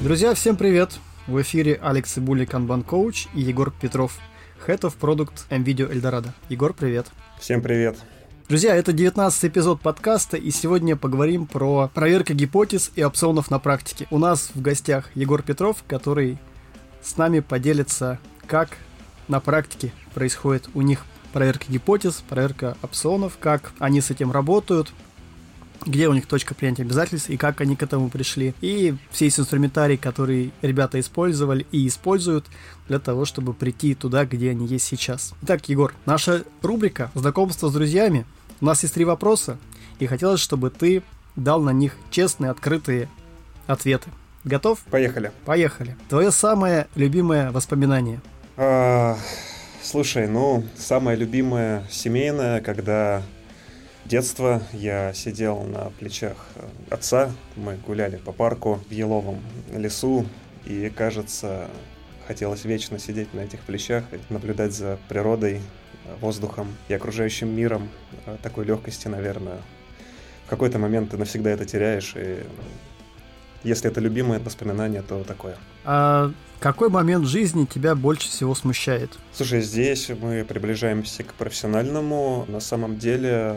Друзья, всем привет! В эфире Алекс Цибули, Kanban Coach, и Егор Петров, Head of Product MVideo Eldorado. Егор, привет! Всем привет! Друзья, это 19-й эпизод подкаста, и сегодня поговорим про проверку гипотез и опционов на практике. У нас в гостях Егор Петров, который с нами поделится, как на практике происходит у них проверка гипотез, проверка опционов, как они с этим работают, где у них точка принятия обязательств и как они к этому пришли. И все эти инструментарии, которые ребята использовали и используют для того, чтобы прийти туда, где они есть сейчас. Итак, Егор, наша рубрика «Знакомство с друзьями». У нас есть 3 вопроса, и хотелось, чтобы ты дал на них честные, открытые ответы. Готов? Поехали. Поехали. Твое самое любимое воспоминание? Слушай, самое любимое семейное, когда детство, я сидел на плечах отца, мы гуляли по парку в еловом лесу, и, кажется, хотелось вечно сидеть на этих плечах, наблюдать за природой, воздухом и окружающим миром. Такой легкости, наверное. В какой-то момент ты навсегда это теряешь, и если это любимое воспоминание, то такое. А какой момент в жизни тебя больше всего смущает? Слушай, здесь мы приближаемся к профессиональному. На самом деле,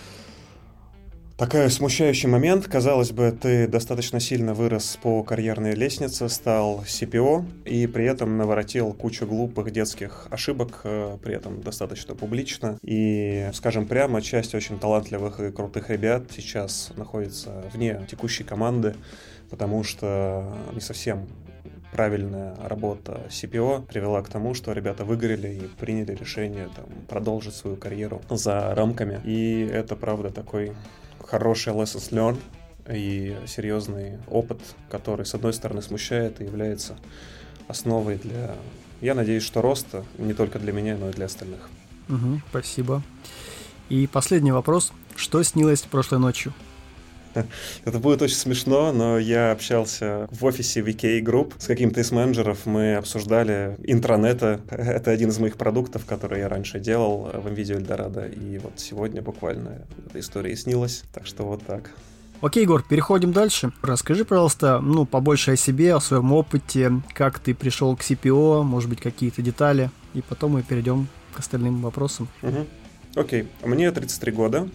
такой смущающий момент. Казалось бы, ты достаточно сильно вырос по карьерной лестнице, стал CPO, и при этом наворотил кучу глупых детских ошибок, при этом достаточно публично. И, скажем прямо, часть очень талантливых и крутых ребят сейчас находится вне текущей команды, потому что не совсем правильная работа CPO привела к тому, что ребята выгорели и приняли решение продолжить свою карьеру за рамками. И это, правда, такой хороший lessons learned и серьезный опыт, который, с одной стороны, смущает и является основой для, я надеюсь, что роста не только для меня, но и для остальных. Спасибо. И последний вопрос. Что снилось прошлой ночью? Это будет очень смешно, но я общался в офисе VK Group с каким-то из менеджеров, мы обсуждали интранета. Это один из моих продуктов, который я раньше делал в MVideo Eldorado, и вот сегодня буквально эта история и снилась, так что вот так. Окей, Егор, переходим дальше. Расскажи, пожалуйста, побольше о себе, о своем опыте, как ты пришел к CPO, может быть, какие-то детали, и потом мы перейдем к остальным вопросам. Окей, мне 33 года,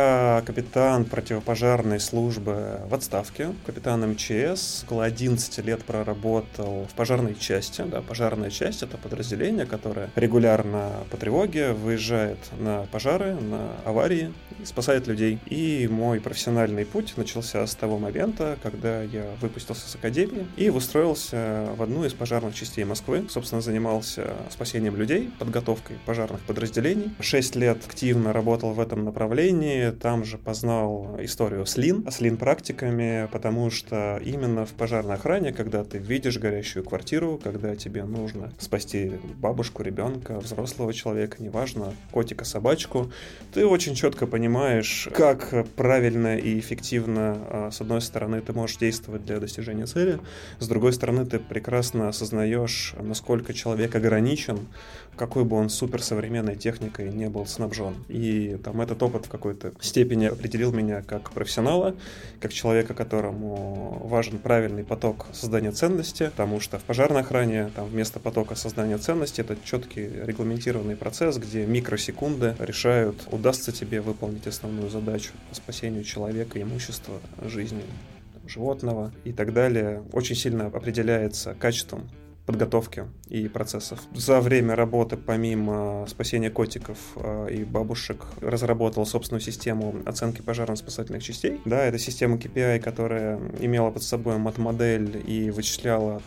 я капитан противопожарной службы в отставке, капитан МЧС, около 11 лет проработал в пожарной части. Да, пожарная часть — это подразделение, которое регулярно по тревоге выезжает на пожары, на аварии и спасает людей. И мой профессиональный путь начался с того момента, когда я выпустился с академии и устроился в одну из пожарных частей Москвы. Собственно, занимался спасением людей, подготовкой пожарных подразделений. 6 лет активно работал в этом направлении, там же познал историю с лин-практиками, потому что именно в пожарной охране, когда ты видишь горящую квартиру, когда тебе нужно спасти бабушку, ребенка, взрослого человека, неважно, котика, собачку, ты очень четко понимаешь, как правильно и эффективно, с одной стороны, ты можешь действовать для достижения цели, с другой стороны, ты прекрасно осознаешь, насколько человек ограничен, какой бы он суперсовременной техникой не был снабжен. И этот опыт в какой-то степени определил меня как профессионала, как человека, которому важен правильный поток создания ценности, потому что в пожарной охране вместо потока создания ценности это четкий регламентированный процесс, где микросекунды решают, удастся тебе выполнить основную задачу по спасению человека, имущества, жизни животного и так далее. Очень сильно определяется качеством подготовки и процессов. За время работы, помимо спасения котиков и бабушек, разработал собственную систему оценки пожарно-спасательных частей. Да, это система KPI, которая имела под собой мат-модель и вычисляла,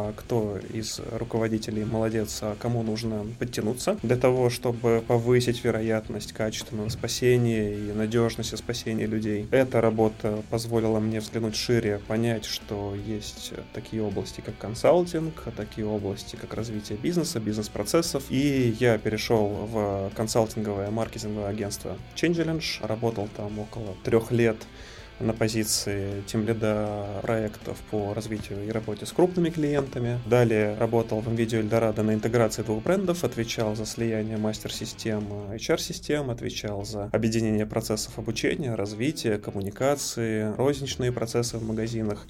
кто из руководителей молодец, а кому нужно подтянуться для того, чтобы повысить вероятность качественного спасения и надежности спасения людей. Эта работа позволила мне взглянуть шире, понять, что есть такие области, как консалтинг, такие области, как развитие бизнеса, бизнес-процессов. И я перешел в консалтинговое маркетинговое агентство Changelinge, работал там около 3 лет на позиции тимлида проектов по развитию и работе с крупными клиентами. Далее работал в NVIDIA Eldorado на интеграции двух брендов, отвечал за слияние мастер-систем, HR-систем, отвечал за объединение процессов обучения, развития, коммуникации, розничные процессы в магазинах.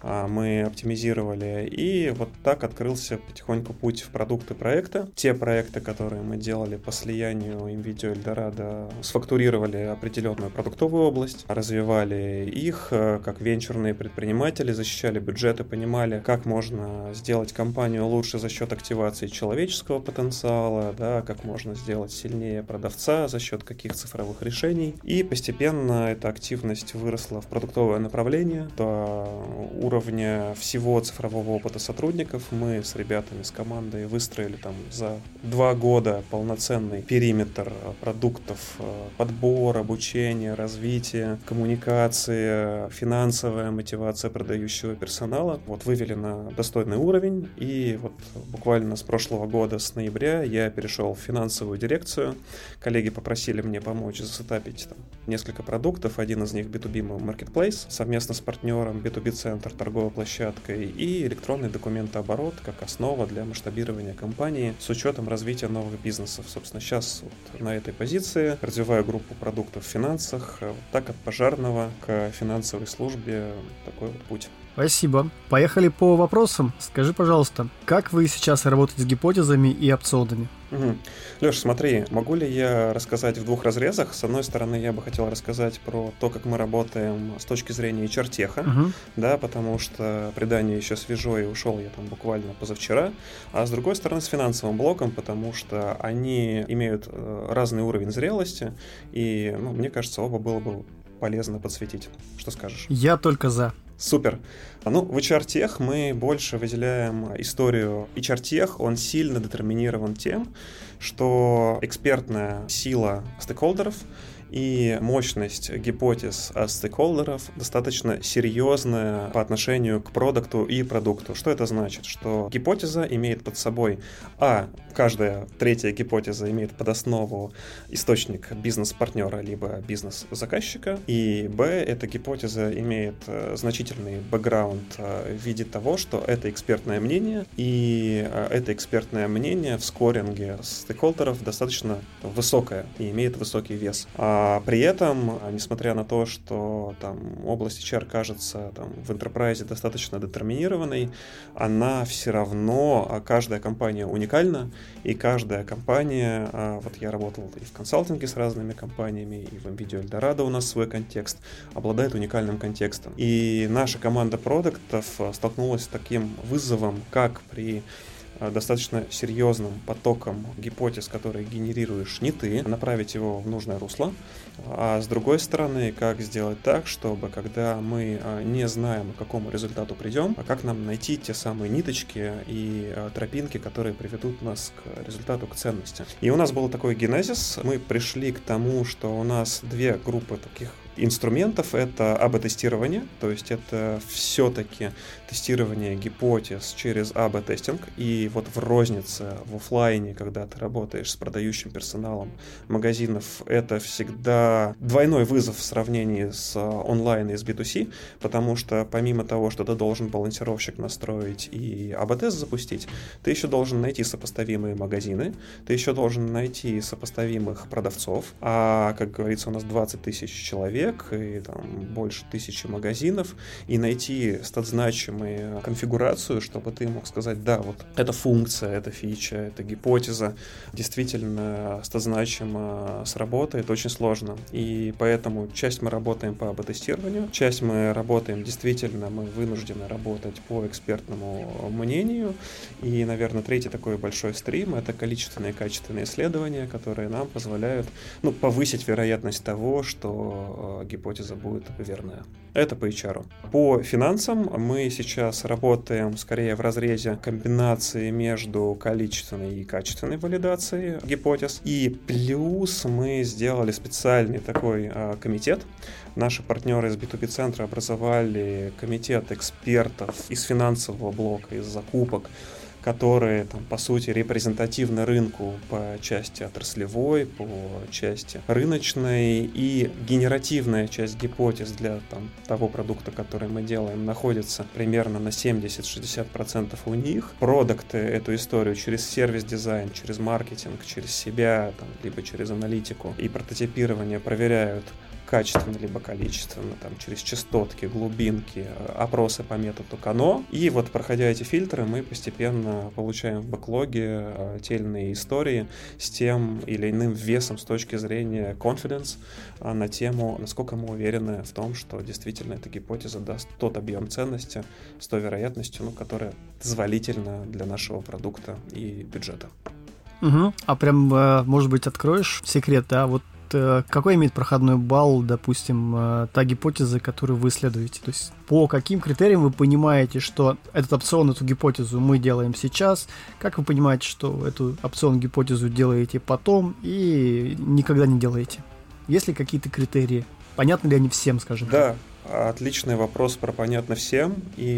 Мы оптимизировали, и вот так открылся потихоньку путь в продукты проекта. Те проекты, которые мы делали по слиянию NVIDIA Eldorado, сфактурировали определенную продуктовую область, развивали их как венчурные предприниматели, защищали бюджеты, понимали, как можно сделать компанию лучше за счет активации человеческого потенциала, да, как можно сделать сильнее продавца за счет каких цифровых решений. И постепенно эта активность выросла в продуктовое направление до уровня всего цифрового опыта сотрудников. Мы с ребятами, с командой выстроили там за 2 года полноценный периметр продуктов: подбор, обучение, развитие, коммуникация, финансовая мотивация продающего персонала. Вот вывели на достойный уровень, и вот буквально с прошлого года, с ноября, я перешел в финансовую дирекцию. Коллеги попросили мне помочь засетапить там несколько продуктов. Один из них B2B Marketplace, совместно с партнером B2B Центр, торговой площадкой, и электронный документооборот как основа для масштабирования компании с учетом развития новых бизнесов. Собственно, сейчас вот на этой позиции развиваю группу продуктов в финансах. Вот так от пожарного к финансовой службе такой вот путь. Спасибо. Поехали по вопросам. Скажи, пожалуйста, как вы сейчас работаете с гипотезами и опционами? Леш, смотри, могу ли я рассказать в 2 разрезах? С одной стороны, я бы хотел рассказать про то, как мы работаем с точки зрения HR-теха, да, потому что предание еще свежо, и ушел я там буквально позавчера. А с другой стороны, с финансовым блоком, потому что они имеют разный уровень зрелости, и, мне кажется, оба было бы полезно подсветить. Что скажешь? Я только за. Супер. В HR-тех мы больше выделяем историю. HR-тех, он сильно детерминирован тем, что экспертная сила стейкхолдеров и мощность гипотез стейкхолдеров достаточно серьезная по отношению к продукту и продукту. Что это значит? Что гипотеза имеет под собой каждая третья гипотеза имеет под основу источник бизнес-партнера либо бизнес-заказчика, и эта гипотеза имеет значительный бэкграунд в виде того, что это экспертное мнение, и это экспертное мнение в скоринге стейкхолдеров достаточно высокое и имеет высокий вес. А при этом, несмотря на то, что там область HR кажется там в enterprise достаточно детерминированной, она все равно, каждая компания уникальна, и каждая компания, вот я работал и в консалтинге с разными компаниями, и в NVIDIA Eldorado у нас свой контекст, обладает уникальным контекстом. И наша команда продуктов столкнулась с таким вызовом, как при достаточно серьезным потоком гипотез, которые генерируешь не ты, направить его в нужное русло. А с другой стороны, как сделать так, чтобы когда мы не знаем, к какому результату придем, как нам найти те самые ниточки и тропинки, которые приведут нас к результату, к ценности. И у нас был такой генезис. Мы пришли к тому, что у нас 2 группы таких инструментов. Это АБ-тестирование, то есть это все-таки тестирование гипотез через АБ-тестинг. И вот в рознице, в офлайне, когда ты работаешь с продающим персоналом магазинов, это всегда двойной вызов в сравнении с онлайн и с B2C, потому что помимо того, что ты должен балансировщик настроить и АБ-тест запустить, ты еще должен найти сопоставимые магазины, ты еще должен найти сопоставимых продавцов, а, как говорится, у нас 20 тысяч человек, и там больше 1000 магазинов, и найти статзначимую конфигурацию, чтобы ты мог сказать, да, вот эта функция, эта фича, эта гипотеза действительно статзначимо сработает, очень сложно. И поэтому часть мы работаем по АБ-тестированию, часть мы работаем действительно, мы вынуждены работать по экспертному мнению, и, наверное, третий такой большой стрим — это количественные и качественные исследования, которые нам позволяют повысить вероятность того, что гипотеза будет верная. Это по HR. По финансам мы сейчас работаем скорее в разрезе комбинации между количественной и качественной валидацией гипотез. И плюс мы сделали специальный такой комитет. Наши партнеры из B2B Центра образовали комитет экспертов из финансового блока, из закупок, которые, по сути, репрезентативны рынку по части отраслевой, по части рыночной, и генеративная часть гипотез для того продукта, который мы делаем, находится примерно на 70-60% у них. Продукты эту историю через сервис-дизайн, через маркетинг, через себя, там, либо через аналитику и прототипирование проверяют качественно, либо количественно, там, через частотки, глубинки, опросы по методу Кано. И вот, проходя эти фильтры, мы постепенно получаем в бэклоге те или иные истории с тем или иным весом с точки зрения confidence на тему, насколько мы уверены в том, что действительно эта гипотеза даст тот объем ценности с той вероятностью, которая дозволительна для нашего продукта и бюджета. Угу. А прям, может быть, откроешь секрет, да, вот какой имеет проходной балл, допустим, та гипотеза, которую вы исследуете? То есть по каким критериям вы понимаете, что этот опцион, эту гипотезу мы делаем сейчас? Как вы понимаете, что эту опцион-гипотезу делаете потом и никогда не делаете? Есть ли какие-то критерии? Понятны ли они всем, скажем так? Да, отличный вопрос про понятно всем.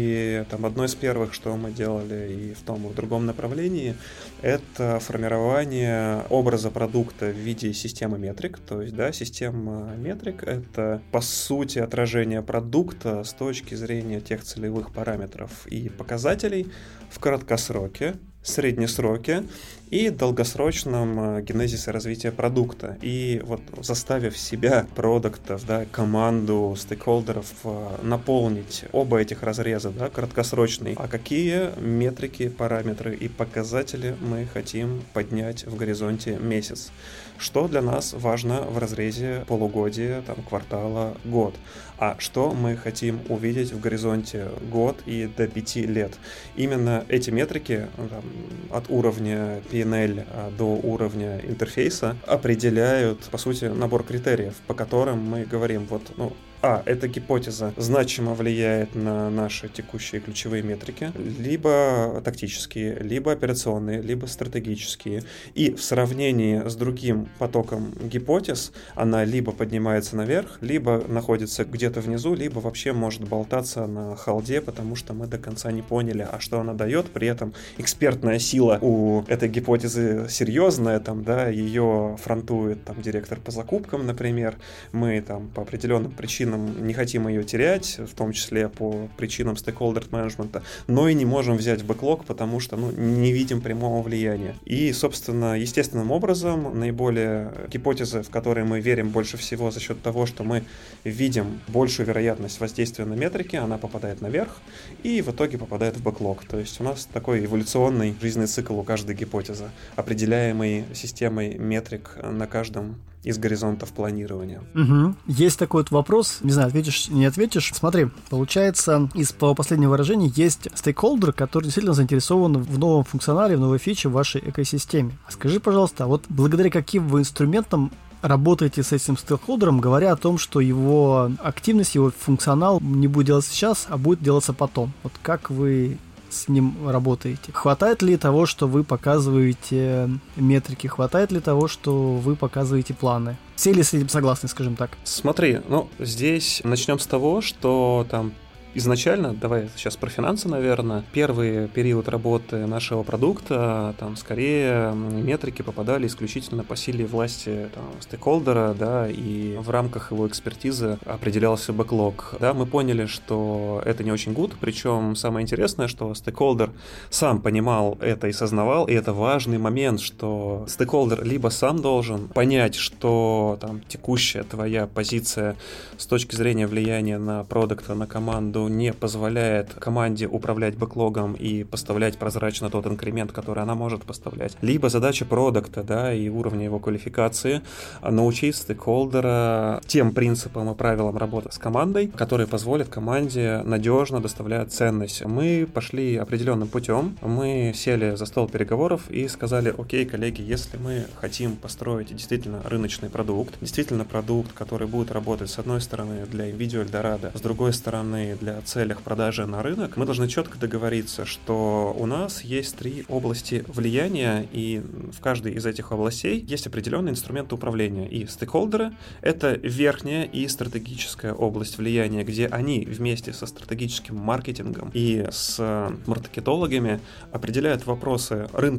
И там одно из первых, что мы делали и в том, и в другом направлении, это формирование образа продукта в виде системы метрик. То есть, да, система метрик — это, по сути, отражение продукта с точки зрения тех целевых параметров и показателей в краткосроке, среднесроке и долгосрочном генезисе развития продукта. И вот заставив себя, продуктов, да, команду, стейкхолдеров наполнить оба этих разреза, да, краткосрочный, а какие метрики, параметры и показатели мы хотим поднять в горизонте месяц. Что для нас важно в разрезе полугодия, там, квартала, год. А что мы хотим увидеть в горизонте год и до 5 лет. Именно эти метрики там, от уровня P&L до уровня интерфейса определяют, по сути, набор критериев, по которым мы говорим, вот, эта гипотеза значимо влияет на наши текущие ключевые метрики, либо тактические, либо операционные, либо стратегические. И в сравнении с другим потоком гипотез она либо поднимается наверх, либо находится где-то внизу, либо вообще может болтаться на холде, потому что мы до конца не поняли, а что она дает. При этом экспертная сила у этой гипотезы серьезная, там, да, ее фронтует там, директор по закупкам, например. Мы там по определенным причинам не хотим ее терять, в том числе по причинам стейкхолдер-менеджмента, но и не можем взять в бэклог, потому что не видим прямого влияния. И, собственно, естественным образом, наиболее гипотезы, в которые мы верим больше всего за счет того, что мы видим большую вероятность воздействия на метрики, она попадает наверх и в итоге попадает в бэклог. То есть у нас такой эволюционный жизненный цикл у каждой гипотезы, определяемый системой метрик на каждом из горизонтов планирования. Угу. Есть такой вот вопрос, не знаю, ответишь, не ответишь. Смотри, получается, из последнего выражения есть стейкхолдер, который действительно заинтересован в новом функционале, в новой фиче в вашей экосистеме. Скажи, пожалуйста, вот благодаря каким вы инструментам работаете с этим стейкхолдером, говоря о том, что его активность, его функционал не будет делаться сейчас, а будет делаться потом. Вот как вы с ним работаете? Хватает ли того, что вы показываете метрики? Хватает ли того, что вы показываете планы? Все ли с этим согласны, скажем так? Смотри, здесь начнем с того, что там изначально, давай сейчас про финансы, наверное, первый период работы нашего продукта, там, скорее, метрики попадали исключительно по силе власти стейкхолдера, да, и в рамках его экспертизы определялся бэклог. Да, мы поняли, что это не очень good, причем самое интересное, что стейкхолдер сам понимал это и сознавал, и это важный момент, что стейкхолдер либо сам должен понять, что там текущая твоя позиция с точки зрения влияния на продукта, на команду не позволяет команде управлять бэклогом и поставлять прозрачно тот инкремент, который она может поставлять. Либо задача продукта, да, и уровня его квалификации научить стейкхолдера тем принципам и правилам работы с командой, которые позволят команде надежно доставлять ценность. Мы пошли определенным путем, мы сели за стол переговоров и сказали: окей, коллеги, если мы хотим построить действительно рыночный продукт, действительно продукт, который будет работать с одной стороны для Nvidia Eldorado, с другой стороны для целях продажи на рынок, мы должны четко договориться, что у нас есть 3 области влияния, и в каждой из этих областей есть определенные инструменты управления. И стейкхолдеры — это верхняя и стратегическая область влияния, где они вместе со стратегическим маркетингом и с маркетологами определяют вопросы рынка,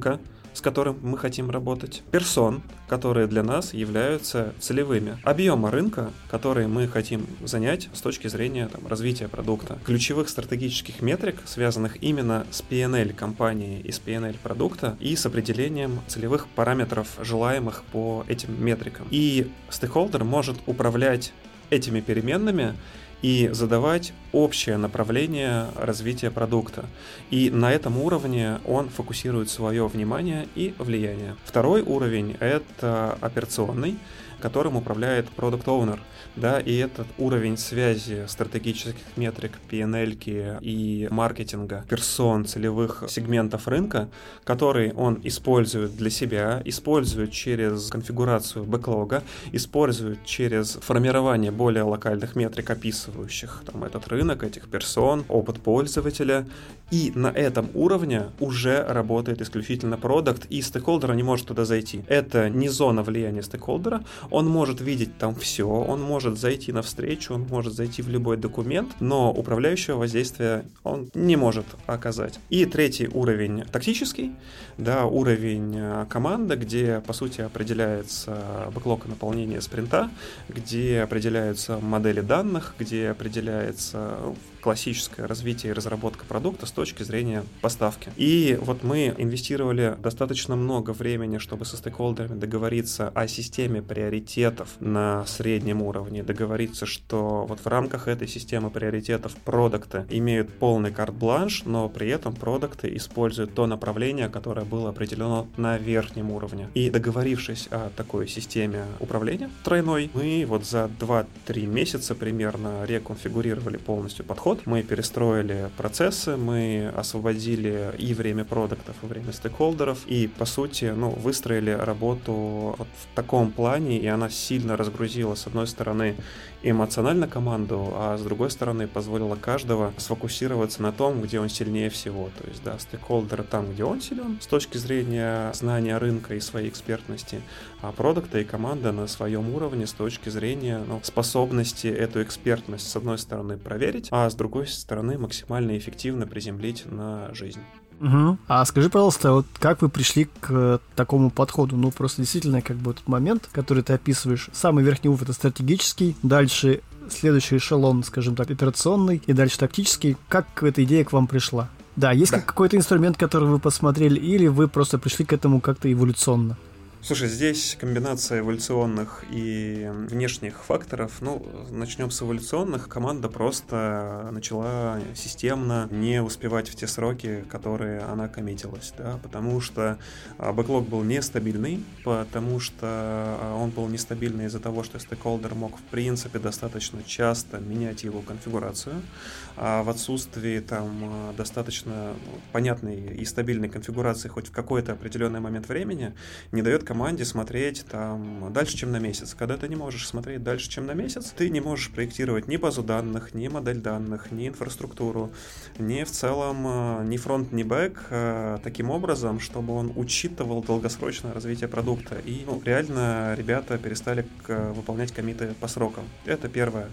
с которым мы хотим работать, персон, которые для нас являются целевыми, объема рынка, который мы хотим занять с точки зрения развития продукта, ключевых стратегических метрик, связанных именно с P&L компании и с P&L продукта и с определением целевых параметров, желаемых по этим метрикам. И стейкхолдер может управлять этими переменными и задавать общее направление развития продукта. И на этом уровне он фокусирует свое внимание и влияние. Второй уровень — это операционный, которым управляет Product Owner. Да, и этот уровень связи стратегических метрик, P&L и маркетинга, персон, целевых сегментов рынка, который он использует для себя, использует через конфигурацию бэклога, использует через формирование более локальных метрик, описывающих этот рынок, этих персон, опыт пользователя. И на этом уровне уже работает исключительно продакт, и стейкхолдер не может туда зайти. Это не зона влияния стейкхолдера, он может видеть там все, он может зайти навстречу, он может зайти в любой документ, но управляющего воздействия он не может оказать. И третий уровень тактический, да, уровень команды, где, по сути, определяется бэклог наполнения спринта, где определяются модели данных, где определяется классическое развитие и разработка продукта с точки зрения поставки. И вот мы инвестировали достаточно много времени, чтобы со стейкхолдерами договориться о системе приоритетов на среднем уровне, договориться, что вот в рамках этой системы приоритетов продукты имеют полный карт-бланш, но при этом продукты используют то направление, которое было определено на верхнем уровне. И договорившись о такой системе управления тройной, мы вот за 2-3 месяца примерно реконфигурировали полностью подход. Мы перестроили процессы, мы освободили и время продуктов, и время стейкхолдеров, и, по сути, выстроили работу вот в таком плане, и она сильно разгрузила, с одной стороны, эмоционально команду, а с другой стороны, позволила каждого сфокусироваться на том, где он сильнее всего. То есть, да, стейкхолдеры там, где он силен, с точки зрения знания рынка и своей экспертности, а продукта и команда на своем уровне с точки зрения способности эту экспертность, с одной стороны, проверить, а с другой стороны, максимально эффективно приземлить на жизнь. Угу. А скажи, пожалуйста, вот как вы пришли к такому подходу? Просто действительно, этот момент, который ты описываешь, самый верхний уровень — это стратегический, дальше следующий эшелон, скажем так, операционный, и дальше тактический. Как эта идея к вам пришла? Да, есть какой-то инструмент, который вы посмотрели, или вы просто пришли к этому как-то эволюционно? Слушай, здесь комбинация эволюционных и внешних факторов. Начнем с эволюционных. Команда просто начала системно не успевать в те сроки, которые она коммитилась, да, потому что бэклог был нестабильный, потому что он был нестабильный из-за того, что стейкхолдер мог, в принципе, достаточно часто менять его конфигурацию, а в отсутствии достаточно понятной и стабильной конфигурации хоть в какой-то определенный момент времени не дает команде смотреть дальше, чем на месяц. Когда ты не можешь смотреть дальше, чем на месяц, ты не можешь проектировать ни базу данных, ни модель данных, ни инфраструктуру, ни в целом ни фронт, ни бэк таким образом, чтобы он учитывал долгосрочное развитие продукта. И реально ребята перестали выполнять коммиты по срокам. Это первое.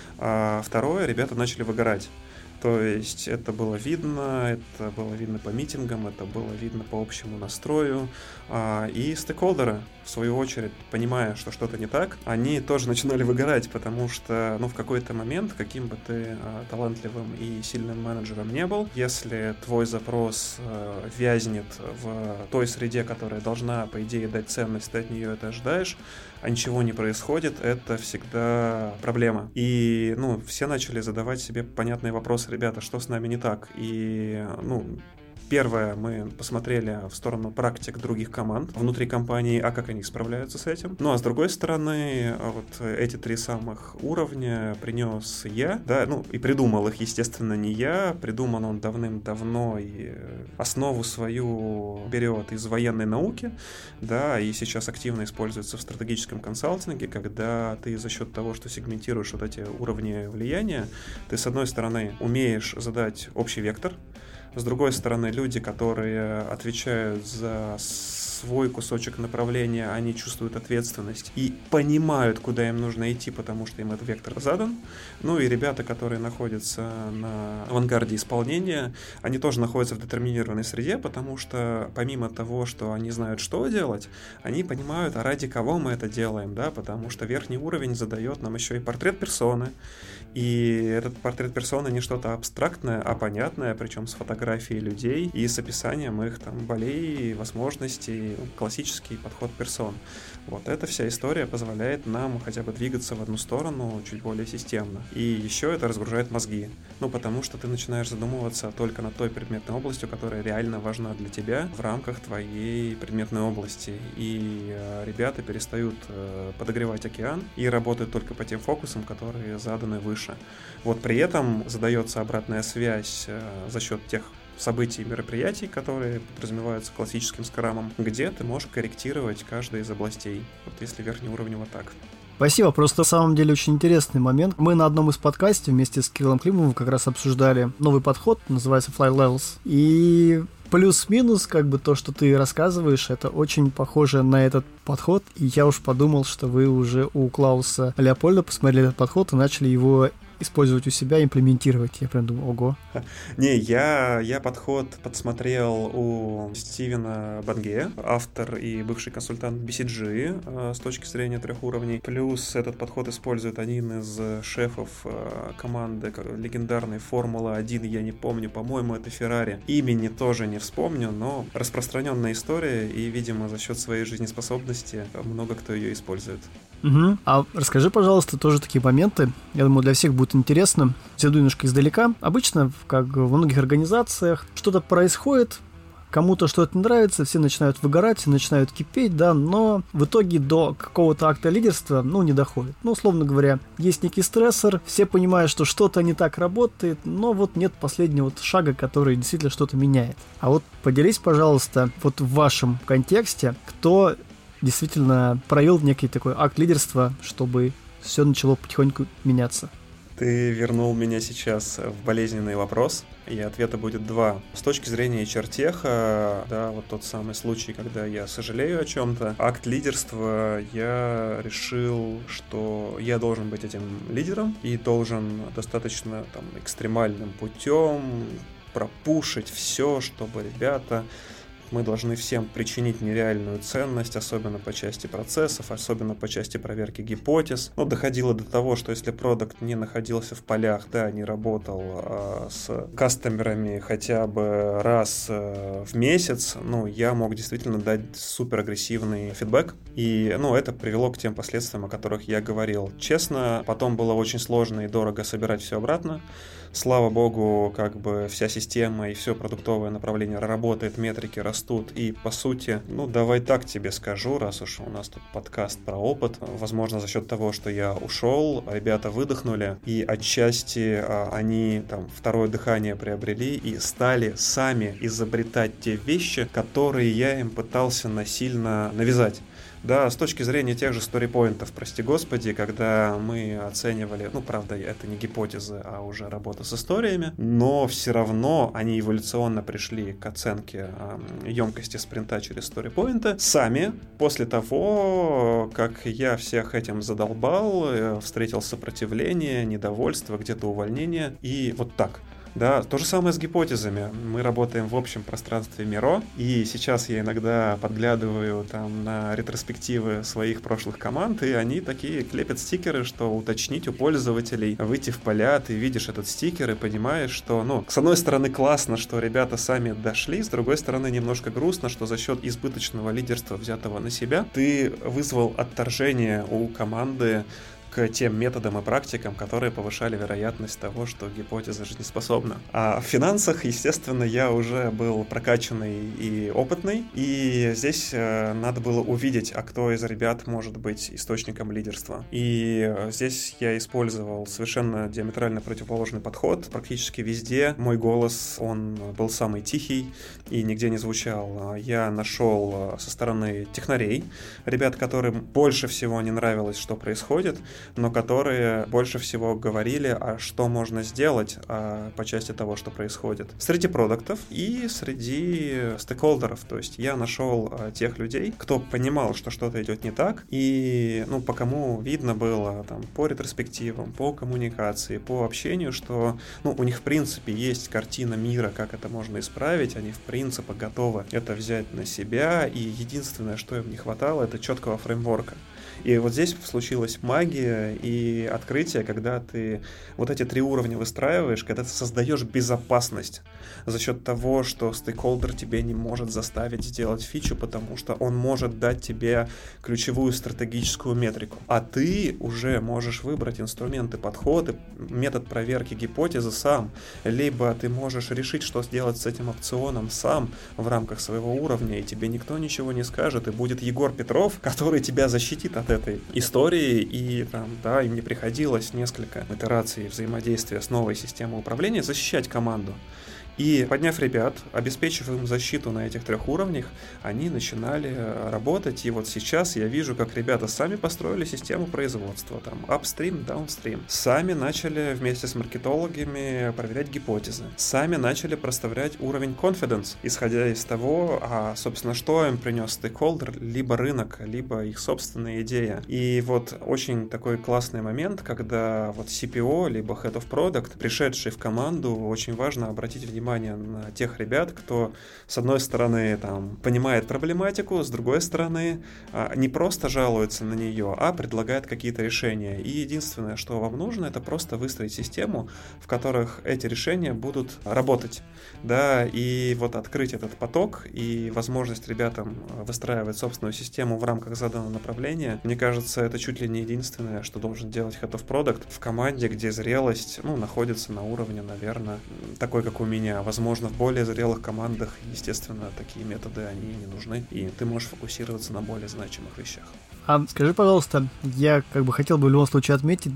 А второе, ребята начали выгорать. То есть это было видно по митингам, это было видно по общему настрою. И стейкхолдеры, в свою очередь, понимая, что что-то не так, они тоже начинали выгорать, потому что, в какой-то момент, каким бы ты талантливым и сильным менеджером не был, если твой запрос вязнет в той среде, которая должна, по идее, дать ценность, ты от нее это ожидаешь, а ничего не происходит, это всегда проблема. И, все начали задавать себе понятные вопросы: ребята, что с нами не так? И, первое, мы посмотрели в сторону практик других команд внутри компании, а как они справляются с этим. А с другой стороны, вот эти 3 самых уровня принес я, да, и придумал их, естественно, не я, придумал он давным-давно, и основу свою берет из военной науки, да, и сейчас активно используется в стратегическом консалтинге, когда ты за счет того, что сегментируешь вот эти уровни влияния, ты, с одной стороны, умеешь задать общий вектор, с другой стороны, люди, которые отвечают за свой кусочек направления, они чувствуют ответственность и понимают, куда им нужно идти, потому что им этот вектор задан. Ну и ребята, которые находятся на авангарде исполнения, они тоже находятся в детерминированной среде, потому что помимо того, что они знают, что делать, они понимают, а ради кого мы это делаем, да, потому что верхний уровень задает нам еще и портрет персоны, и этот портрет персоны не что-то абстрактное, а понятное, причем с фотографией людей и с описанием их там болей, возможностей, классический подход персон. Вот эта вся история позволяет нам хотя бы двигаться в одну сторону чуть более системно. И еще это разгружает мозги. Ну, потому что ты начинаешь задумываться только над той предметной областью, которая реально важна для тебя в рамках твоей предметной области. И ребята перестают подогревать океан и работают только по тем фокусам, которые заданы выше. Вот при этом задается обратная связь за счет тех событий и мероприятий, которые подразумеваются классическим скрамом, где ты можешь корректировать каждый из областей. Вот если верхнеуровнево так. Спасибо, просто на самом деле очень интересный момент. Мы на одном из подкастов вместе с Кириллом Климовым как раз обсуждали новый подход, называется Fly Levels. И плюс-минус, как бы то, что ты рассказываешь, это очень похоже на этот подход. И я уж подумал, что вы уже у Клауса Леопольда посмотрели этот подход и начали его использовать у себя, имплементировать. Я прям думаю, ого. Не, я подход подсмотрел у Стивена Бангея, автор и бывший консультант BCG с точки зрения 3 уровней. Плюс этот подход использует один из шефов команды легендарной Формулы-1, я не помню, по-моему, это Феррари. Имени тоже не вспомню, но распространенная история, и, видимо, за счет своей жизнеспособности много кто ее использует. Угу. А расскажи, пожалуйста, тоже такие моменты. Я думаю, для всех будет интересно. Зайду немножко издалека. Обычно, как во многих организациях, что-то происходит, кому-то что-то не нравится, все начинают выгорать, все начинают кипеть, да, но в итоге до какого-то акта лидерства, не доходит. Условно говоря, есть некий стрессор, все понимают, что что-то не так работает, но вот нет последнего шага, который действительно что-то меняет. А вот поделись, пожалуйста, вот в вашем контексте, кто действительно проявил некий такой акт лидерства, чтобы все начало потихоньку меняться. Ты вернул меня сейчас в болезненный вопрос, и ответа будет 2. С точки зрения HR-теха, да, вот тот самый случай, когда я сожалею о чем-то, акт лидерства, я решил, что я должен быть этим лидером и должен достаточно экстремальным путем пропушить все, чтобы ребята... Мы должны всем причинить нереальную ценность, особенно по части процессов, особенно по части проверки гипотез. Доходило до того, что если продакт не находился в полях, да, не работал с кастомерами хотя бы раз в месяц, я мог действительно дать суперагрессивный фидбэк. И, это привело к тем последствиям, о которых я говорил. Честно, потом было очень сложно и дорого собирать все обратно. Слава богу, вся система и все продуктовое направление работает, метрики растут, и по сути, давай так тебе скажу, раз уж у нас тут подкаст про опыт, возможно, за счет того, что я ушел, ребята выдохнули, и отчасти они второе дыхание приобрели и стали сами изобретать те вещи, которые я им пытался насильно навязать. Да, с точки зрения тех же сторипоинтов, прости господи, когда мы оценивали, правда, это не гипотезы, а уже работа с историями, но все равно они эволюционно пришли к оценке емкости спринта через сторипоинты сами, после того, как я всех этим задолбал, встретил сопротивление, недовольство, где-то увольнение, и вот так. Да, то же самое с гипотезами. Мы работаем в общем пространстве Миро, и сейчас я иногда подглядываю на ретроспективы своих прошлых команд, и они такие клепят стикеры, что уточнить у пользователей, выйти в поля, ты видишь этот стикер и понимаешь, что, с одной стороны классно, что ребята сами дошли, с другой стороны немножко грустно, что за счет избыточного лидерства, взятого на себя, ты вызвал отторжение у команды к тем методам и практикам, которые повышали вероятность того, что гипотеза жизнеспособна. А в финансах, естественно, я уже был прокачанный и опытный, и здесь надо было увидеть, а кто из ребят может быть источником лидерства. И здесь я использовал совершенно диаметрально противоположный подход. Практически везде мой голос, он был самый тихий и нигде не звучал. Я нашел со стороны технарей, ребят, которым больше всего не нравилось, что происходит. но которые больше всего говорили, а что можно сделать по части того, что происходит. Среди продуктов и среди стейкхолдеров. То есть я нашел тех людей, кто понимал, что что-то идет не так, и по кому видно было там, по ретроспективам, по коммуникации, по общению, что у них в принципе есть картина мира, как это можно исправить, они в принципе готовы это взять на себя, и единственное, что им не хватало, это четкого фреймворка. И вот здесь случилась магия и открытие, когда ты вот эти 3 уровня выстраиваешь, когда ты создаешь безопасность за счет того, что стейкхолдер тебе не может заставить сделать фичу, потому что он может дать тебе ключевую стратегическую метрику. А ты уже можешь выбрать инструменты, подходы, метод проверки гипотезы сам. Либо ты можешь решить, что сделать с этим опционом сам в рамках своего уровня, и тебе никто ничего не скажет, и будет Егор Петров, который тебя защитит от этой истории, и им не приходилось несколько итераций взаимодействия с новой системой управления защищать команду. И подняв ребят, обеспечив им защиту на этих 3 уровнях, они начинали работать. И вот сейчас я вижу, как ребята сами построили систему производства, там, upstream, downstream. Сами начали вместе с маркетологами проверять гипотезы. Сами начали проставлять уровень confidence, исходя из того, собственно, что им принес стейкхолдер, либо рынок, либо их собственная идея. И вот очень такой классный момент, когда вот CPO, либо Head of Product, пришедший в команду, очень важно обратить внимание на тех ребят, кто, с одной стороны, понимает проблематику, с другой стороны, не просто жалуется на нее, а предлагает какие-то решения. И единственное, что вам нужно, это просто выстроить систему, в которых эти решения будут работать. Да, и вот открыть этот поток и возможность ребятам выстраивать собственную систему в рамках заданного направления, мне кажется, это чуть ли не единственное, что должен делать Head of Product в команде, где зрелость, находится на уровне, наверное, такой, как у меня. Возможно, в более зрелых командах, естественно, такие методы, они не нужны, и ты можешь фокусироваться на более значимых вещах. Скажи, пожалуйста, я хотел бы в любом случае отметить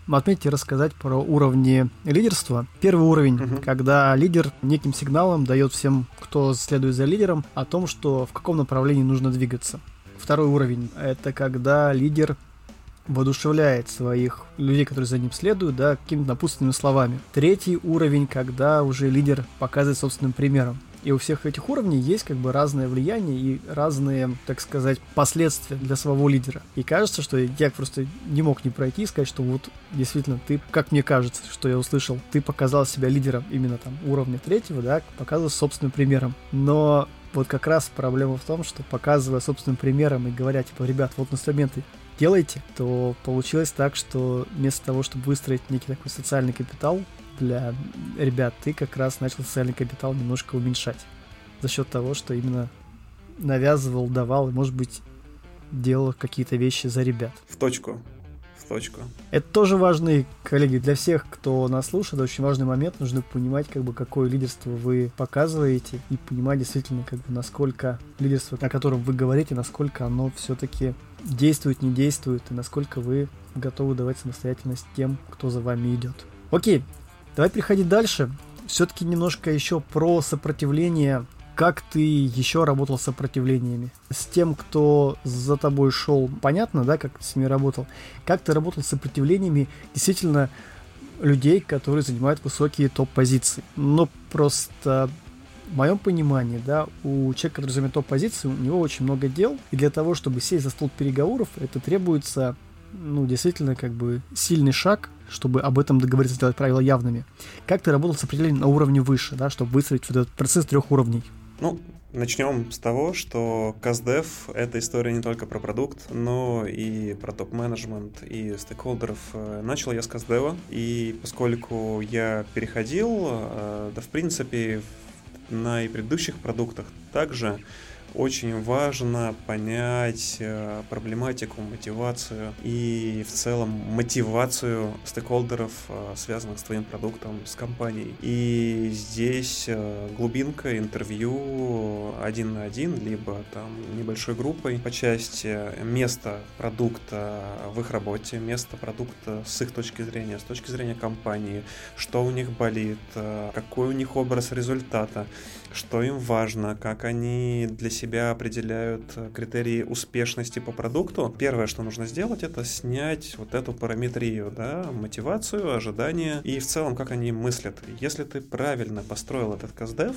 и рассказать про уровни лидерства. Первый уровень, когда лидер неким сигналом дает всем, кто следует за лидером, о том, что в каком направлении нужно двигаться. Второй уровень, это когда лидер воодушевляет своих людей, которые за ним следуют, какими-то напутственными словами. Третий уровень, когда уже лидер показывает собственным примером. И у всех этих уровней есть разное влияние и разные, так сказать, последствия для самого лидера. И кажется, что я просто не мог не пройти и сказать, что вот действительно ты, как мне кажется, что я услышал, ты показал себя лидером именно уровня 3, показывая собственным примером. Но вот как раз проблема в том, что показывая собственным примером и говоря, ребят, вот инструменты делайте, то получилось так, что вместо того, чтобы выстроить некий такой социальный капитал для ребят, ты как раз начал социальный капитал немножко уменьшать за счет того, что именно навязывал, давал и, может быть, делал какие-то вещи за ребят. В точку. Это тоже важный, коллеги, для всех, кто нас слушает, это очень важный момент. Нужно понимать, какое лидерство вы показываете, и понимать действительно, насколько лидерство, о котором вы говорите, насколько оно все-таки действует, не действует, и насколько вы готовы давать самостоятельность тем, кто за вами идет. Окей, давай переходить дальше. Все-таки немножко еще про сопротивление. Как ты еще работал с сопротивлениями? С тем, кто за тобой шел, понятно, как ты с ними работал? Как ты работал с сопротивлениями действительно людей, которые занимают высокие топ-позиции? Но просто в моем понимании, у человека, который занимает топ-позиции, у него очень много дел, и для того, чтобы сесть за стол переговоров, это требуется, действительно, сильный шаг, чтобы об этом договориться, сделать правила явными. Как ты работал с сопротивлением на уровне выше, чтобы выстроить вот этот процесс 3 уровней? Начнем с того, что CastDev — это история не только про продукт, но и про топ-менеджмент и стейкхолдеров. Начал я с CastDev, и поскольку я переходил, в принципе, на и предыдущих продуктах также очень важно понять проблематику, мотивацию и в целом мотивацию стейкхолдеров, связанных с твоим продуктом, с компанией. И здесь глубинка, интервью 1 на 1, либо небольшой группой по части места продукта в их работе, места продукта с их точки зрения, с точки зрения компании, что у них болит, какой у них образ результата. что им важно, как они для себя определяют критерии успешности по продукту. Первое, что нужно сделать, это снять вот эту параметрию, да, мотивацию, ожидания и в целом, как они мыслят. Если ты правильно построил этот КСДФ,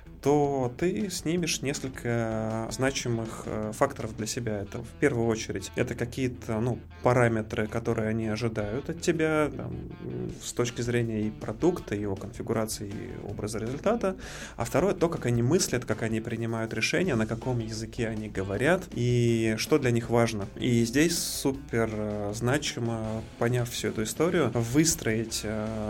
то ты снимешь несколько значимых факторов для себя. Это в первую очередь это какие-то параметры, которые они ожидают от тебя там, с точки зрения и продукта, и его конфигурации, и образа результата. А второе, то, как они мыслят, как они принимают решения, на каком языке они говорят и что для них важно. И здесь супер значимо, поняв всю эту историю, выстроить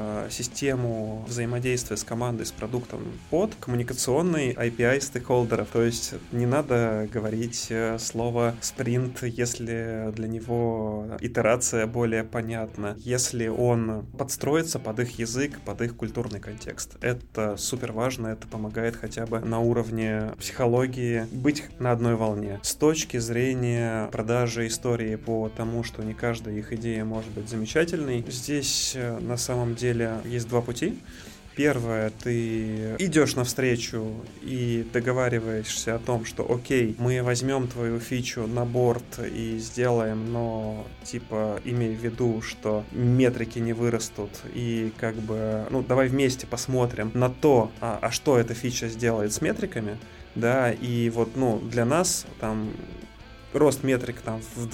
систему взаимодействия с командой, с продуктом под коммуникационный API стейкхолдеров. То есть не надо говорить слово спринт, если для него итерация более понятна, если он подстроится под их язык, под их культурный контекст. Это супер важно, это помогает хотя бы на уровне психологии быть на одной волне. С точки зрения продажи истории по тому, что не каждая их идея может быть замечательной, здесь на самом деле есть два пути. Первое, ты идешь навстречу и договариваешься о том, что окей, мы возьмем твою фичу на борт и сделаем, но имей в виду, что метрики не вырастут и давай вместе посмотрим на то, что эта фича сделает с метриками, да, и для нас рост метрик в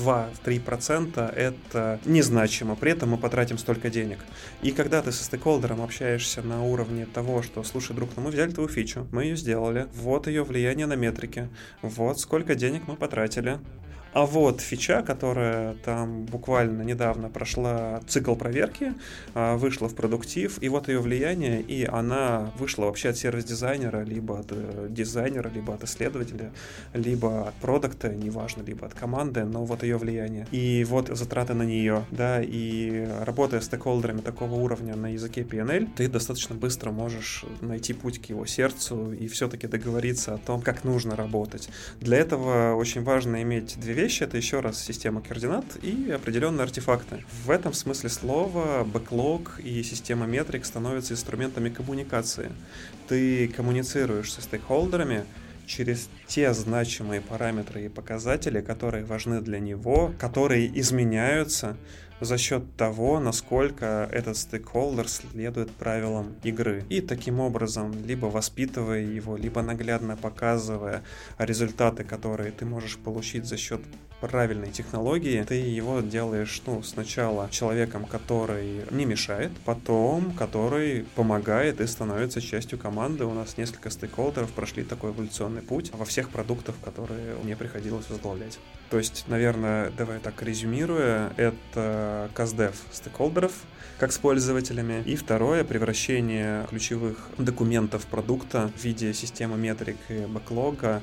2-3% это незначимо, при этом мы потратим столько денег. И когда ты со стейкхолдером общаешься на уровне того, что, слушай, друг, мы взяли твою фичу, мы ее сделали, вот ее влияние на метрики, вот сколько денег мы потратили, а вот фича, которая там буквально недавно прошла цикл проверки, вышла в продуктив, и вот ее влияние, и она вышла вообще от сервис-дизайнера, либо от дизайнера, либо от исследователя, либо от продукта, неважно, либо от команды, но вот ее влияние. И вот затраты на нее, да, и работая с стейкхолдерами такого уровня на языке PNL, ты достаточно быстро можешь найти путь к его сердцу и все-таки договориться о том, как нужно работать. Для этого очень важно иметь две вещи. Это еще раз система координат и определенные артефакты. В этом смысле слова бэклог и система метрик становятся инструментами коммуникации. Ты коммуницируешь со стейкхолдерами через те значимые параметры и показатели, которые важны для него, которые изменяются за счет того, насколько этот стейкхолдер следует правилам игры. И таким образом, либо воспитывая его, либо наглядно показывая результаты, которые ты можешь получить за счет правильной технологии, ты его делаешь, сначала человеком, который не мешает, потом который помогает и становится частью команды. У нас несколько стейкхолдеров прошли такой эволюционный путь во всех продуктах, которые мне приходилось возглавлять. То есть, наверное, давай так резюмируя, это КСДФ стейкхолдеров как с пользователями. И второе, превращение ключевых документов продукта в виде системы метрик и бэклога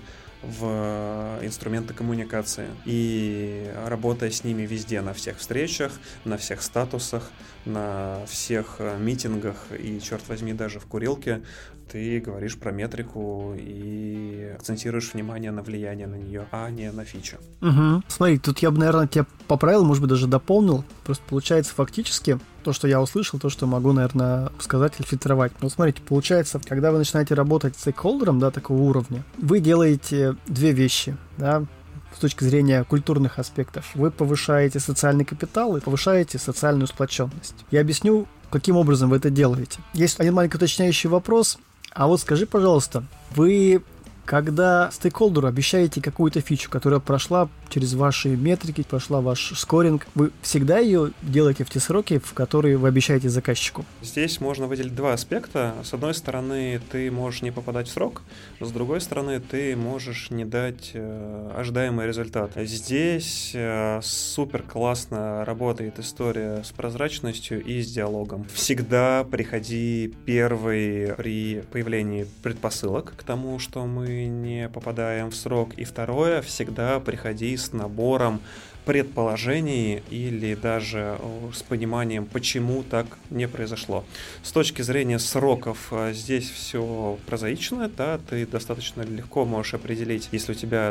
в инструменты коммуникации. И работая с ними везде, на всех встречах, на всех статусах, на всех митингах и, черт возьми, даже в курилке, ты говоришь про метрику и акцентируешь внимание на влияние на нее, а не на фичу. Угу. Смотри, тут я бы, наверное, тебя поправил, может быть, даже дополнил. Просто получается фактически то, что я услышал, то, что могу, наверное, сказать или фильтровать. Но смотрите, получается, когда вы начинаете работать с стейкхолдером, да, такого уровня, вы делаете две вещи, да, с точки зрения культурных аспектов. Вы повышаете социальный капитал и повышаете социальную сплоченность. Я объясню, каким образом вы это делаете. Есть один маленький уточняющий вопрос. А вот скажи, пожалуйста, вы, когда стейкхолдеру обещаете какую-то фичу, которая прошла через ваши метрики, прошла ваш скоринг, вы всегда ее делаете в те сроки, в которые вы обещаете заказчику? Здесь можно выделить два аспекта. С одной стороны, ты можешь не попадать в срок, с другой стороны, ты можешь не дать ожидаемый результат. Здесь супер классно работает история с прозрачностью и с диалогом. Всегда приходи первый при появлении предпосылок к тому, что мы не попадаем в срок. И второе, всегда приходи с набором предположений или даже с пониманием, почему так не произошло. С точки зрения сроков здесь все прозаично, да, ты достаточно легко можешь определить, если у тебя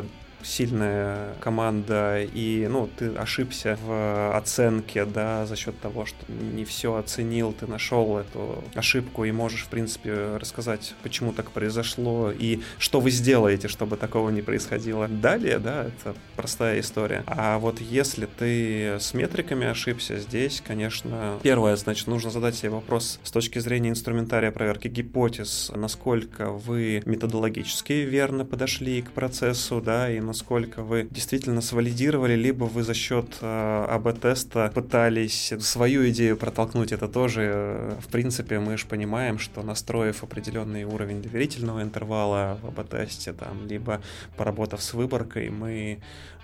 сильная команда, и, ты ошибся в оценке, да, за счет того, что не все оценил, ты нашел эту ошибку и можешь, в принципе, рассказать, почему так произошло и что вы сделаете, чтобы такого не происходило далее, да, это простая история. А вот если ты с метриками ошибся, здесь, конечно, первое, значит, нужно задать себе вопрос с точки зрения инструментария проверки гипотез, насколько вы методологически верно подошли к процессу, да, и насколько вы действительно свалидировали, либо вы за счет АБ-теста пытались свою идею протолкнуть. Это тоже, в принципе, мы же понимаем, что настроив определенный уровень доверительного интервала в АБ-тесте, там, либо поработав с выборкой, мы,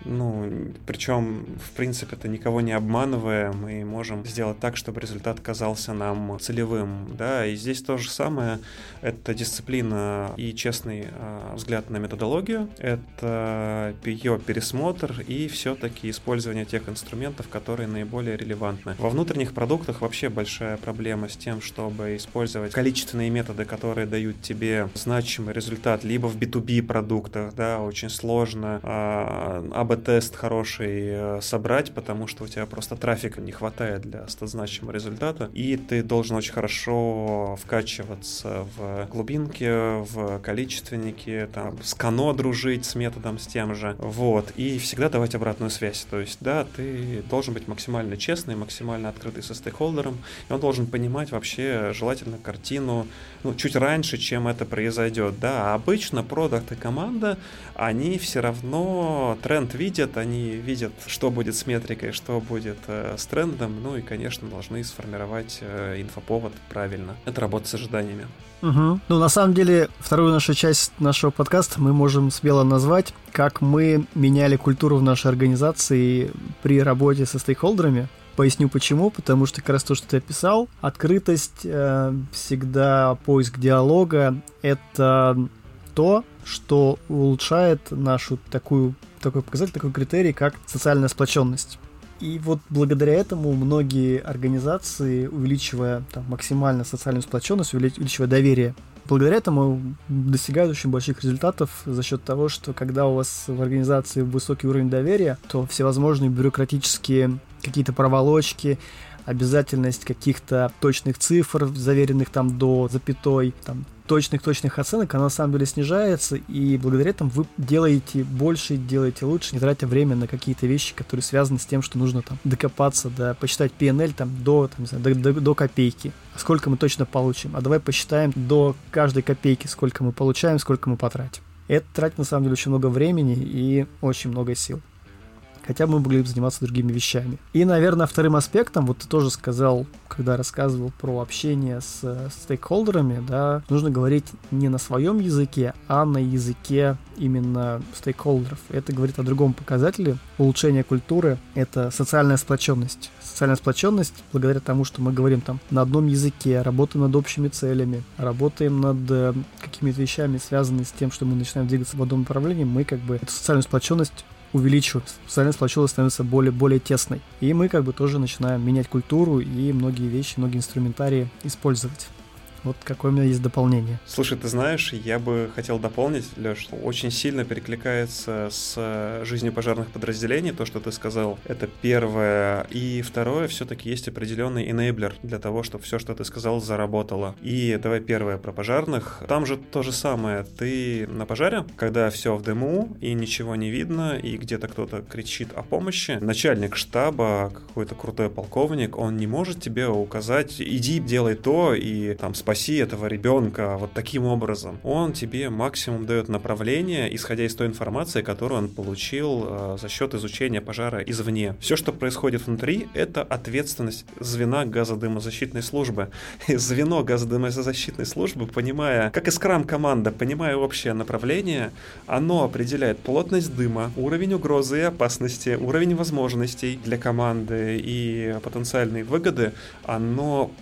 причем, в принципе, это никого не обманывая, мы можем сделать так, чтобы результат казался нам целевым, да, и здесь то же самое, это дисциплина и честный взгляд на методологию, это ее пересмотр и все-таки использование тех инструментов, которые наиболее релевантны. Во внутренних продуктах вообще большая проблема с тем, чтобы использовать количественные методы, которые дают тебе значимый результат, либо в B2B продуктах, да, очень сложно АБ-тест хороший собрать, потому что у тебя просто трафика не хватает для значимого результата, и ты должен очень хорошо вкачиваться в глубинки, в количественники, там, с Кано дружить с методом, с тем же, вот, и всегда давать обратную связь, то есть, да, ты должен быть максимально честный, максимально открытый со стейкхолдером, и он должен понимать вообще желательно картину, чуть раньше, чем это произойдет, да, а обычно продакт и команда, они все равно тренд видят, они видят, что будет с метрикой, что будет с трендом, и, конечно, должны сформировать инфоповод правильно. Это работа с ожиданиями. Угу. На самом деле, вторую нашу часть нашего подкаста мы можем смело назвать, как мы меняли культуру в нашей организации при работе со стейкхолдерами. Поясню почему, потому что как раз то, что ты описал, открытость, всегда поиск диалога, это то, что улучшает нашу такой показатель, такой критерий, как социальная сплоченность. И вот благодаря этому многие организации, увеличивая максимально социальную сплоченность, увеличивая доверие, благодаря этому достигают очень больших результатов за счет того, что когда у вас в организации высокий уровень доверия, то всевозможные бюрократические какие-то проволочки, обязательность каких-то точных цифр, заверенных до запятой, точных оценок, она на самом деле снижается, и благодаря этому вы делаете больше, делаете лучше, не тратя время на какие-то вещи, которые связаны с тем, что нужно докопаться, посчитать P&L до копейки. Сколько мы точно получим? А давай посчитаем до каждой копейки, сколько мы получаем, сколько мы потратим. Это тратит на самом деле очень много времени и очень много сил. Хотя мы могли бы заниматься другими вещами. И, наверное, вторым аспектом, вот ты тоже сказал, когда рассказывал про общение с стейкхолдерами, да, нужно говорить не на своем языке, а на языке именно стейкхолдеров. Это говорит о другом показателе улучшения культуры, это социальная сплоченность. Социальная сплоченность, благодаря тому, что мы говорим на одном языке, работаем над общими целями, работаем над какими-то вещами, связанными с тем, что мы начинаем двигаться в одном направлении, мы эту социальную сплоченность увеличиваем, социальная сплоченность становится более тесной. И мы тоже начинаем менять культуру и многие вещи, многие инструментарии использовать. Вот какое у меня есть дополнение. Слушай, ты знаешь, я бы хотел дополнить, Леш, очень сильно перекликается с жизнью пожарных подразделений, то, что ты сказал, это первое. И второе, все-таки есть определенный enabler для того, чтобы все, что ты сказал, заработало. И давай первое про пожарных. Там же то же самое. Ты на пожаре, когда все в дыму, и ничего не видно, и где-то кто-то кричит о помощи, начальник штаба, какой-то крутой полковник, он не может тебе указать, иди, делай то, и спаси этого ребенка вот таким образом. Он тебе максимум дает направление, исходя из той информации, которую он получил за счет изучения пожара извне. Все, что происходит внутри, это ответственность звена газодымозащитной службы. И звено газодымозащитной службы, понимая, как и скрам-команда, понимая общее направление, оно определяет плотность дыма, уровень угрозы и опасности, уровень возможностей для команды и потенциальные выгоды, оно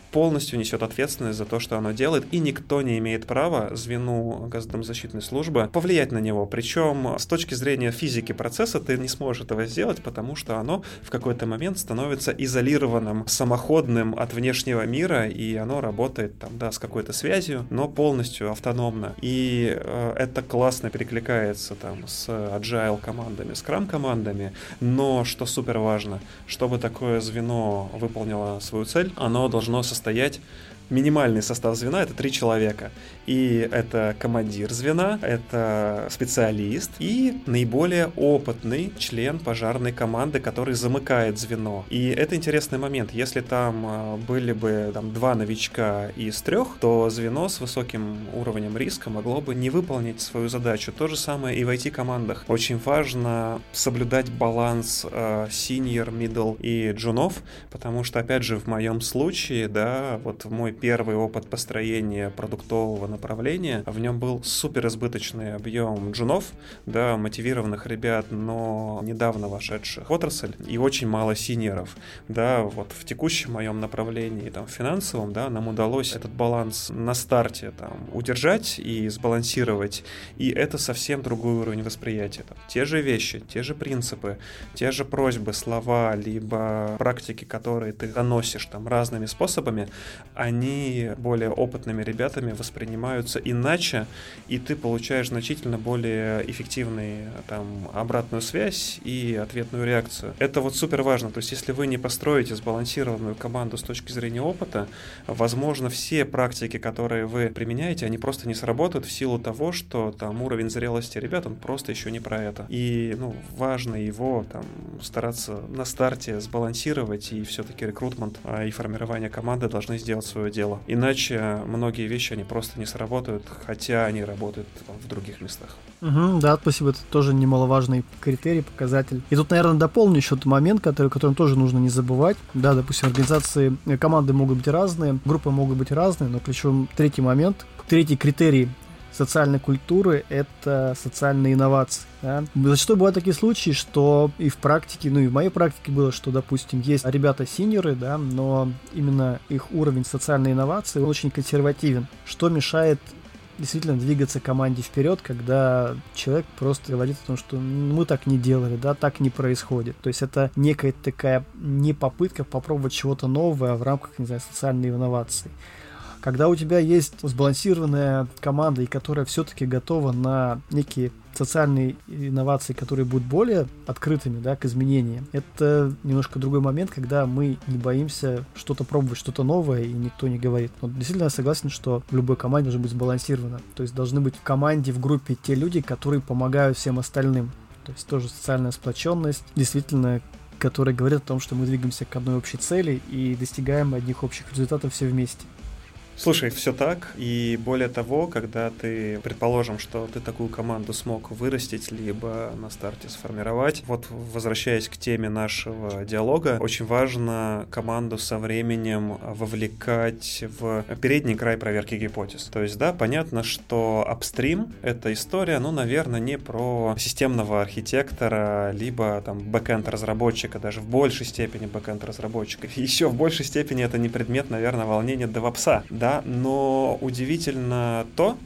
полностью несет ответственность за то, что оно делает, и никто не имеет права звену госдомзащитной службы повлиять на него. Причем с точки зрения физики процесса ты не сможешь этого сделать, потому что оно в какой-то момент становится изолированным, самоходным от внешнего мира, и оно работает там, да, с какой-то связью, но полностью автономно. И это классно перекликается там с agile командами, scrum командами, но что супер важно, чтобы такое звено выполнило свою цель, оно должно состоять. Минимальный состав звена — это 3 человека. И это командир звена, это специалист и наиболее опытный член пожарной команды, который замыкает звено. И это интересный момент. Если там были бы 2 новичка из 3, то звено с высоким уровнем риска могло бы не выполнить свою задачу. То же самое и в IT-командах. Очень важно соблюдать баланс senior, middle и джунов, потому что, опять же, в моем случае, да, вот мой первый опыт построения продуктового направления, в нем был супер избыточный объем джунов, да, мотивированных ребят, но недавно вошедших в отрасль, и очень мало синьоров, да, вот в текущем моем направлении, там, финансовом, да, нам удалось этот баланс на старте, там, удержать и сбалансировать, и это совсем другой уровень восприятия, там, те же вещи, те же принципы, те же просьбы, слова, либо практики, которые ты доносишь, там, разными способами, они более опытными ребятами воспринимаются иначе, и ты получаешь значительно более эффективную там обратную связь и ответную реакцию. Это вот супер важно. То есть, если вы не построите сбалансированную команду с точки зрения опыта, возможно, все практики, которые вы применяете, они просто не сработают в силу того, что там уровень зрелости ребят, он просто еще не про это. И, важно его там стараться на старте сбалансировать, и все-таки рекрутмент и формирование команды должны сделать свое дело. Иначе многие вещи, они просто не сработают, хотя они работают в других местах. Да, спасибо, это тоже немаловажный критерий, показатель. И тут, наверное, дополню еще тот момент, которым тоже нужно не забывать. Да, допустим, организации, команды могут быть разные, группы могут быть разные, но ключевой третий критерий социальной культуры — это социальные инновации. Да? Зачастую бывают такие случаи, что и в практике, и в моей практике было, что, допустим, есть ребята-синьоры, да, но именно их уровень социальной инновации очень консервативен, что мешает действительно двигаться команде вперед, когда человек просто говорит о том, что мы так не делали, да, так не происходит. То есть это некая такая не попытка попробовать чего-то нового в рамках, не знаю, социальной инновации. Когда у тебя есть сбалансированная команда, и которая все-таки готова на некие социальные инновации, которые будут более открытыми, да, к изменениям, это немножко другой момент, когда мы не боимся что-то пробовать, что-то новое, и никто не говорит. Но действительно я согласен, что в любой команде должно быть сбалансировано. То есть должны быть в команде, в группе те люди, которые помогают всем остальным. То есть тоже социальная сплоченность, действительно, которая говорит о том, что мы двигаемся к одной общей цели и достигаем одних общих результатов все вместе. Слушай, все так, и более того, когда ты, предположим, что ты такую команду смог вырастить, либо на старте сформировать, вот возвращаясь к теме нашего диалога, очень важно команду со временем вовлекать в передний край проверки гипотез. То есть, да, понятно, что апстрим — это история, наверное, не про системного архитектора, либо там бэкэнд-разработчика, даже в большей степени бэкэнд-разработчика. Еще в большей степени это не предмет, наверное, волнения девопса, да, но удивительно то,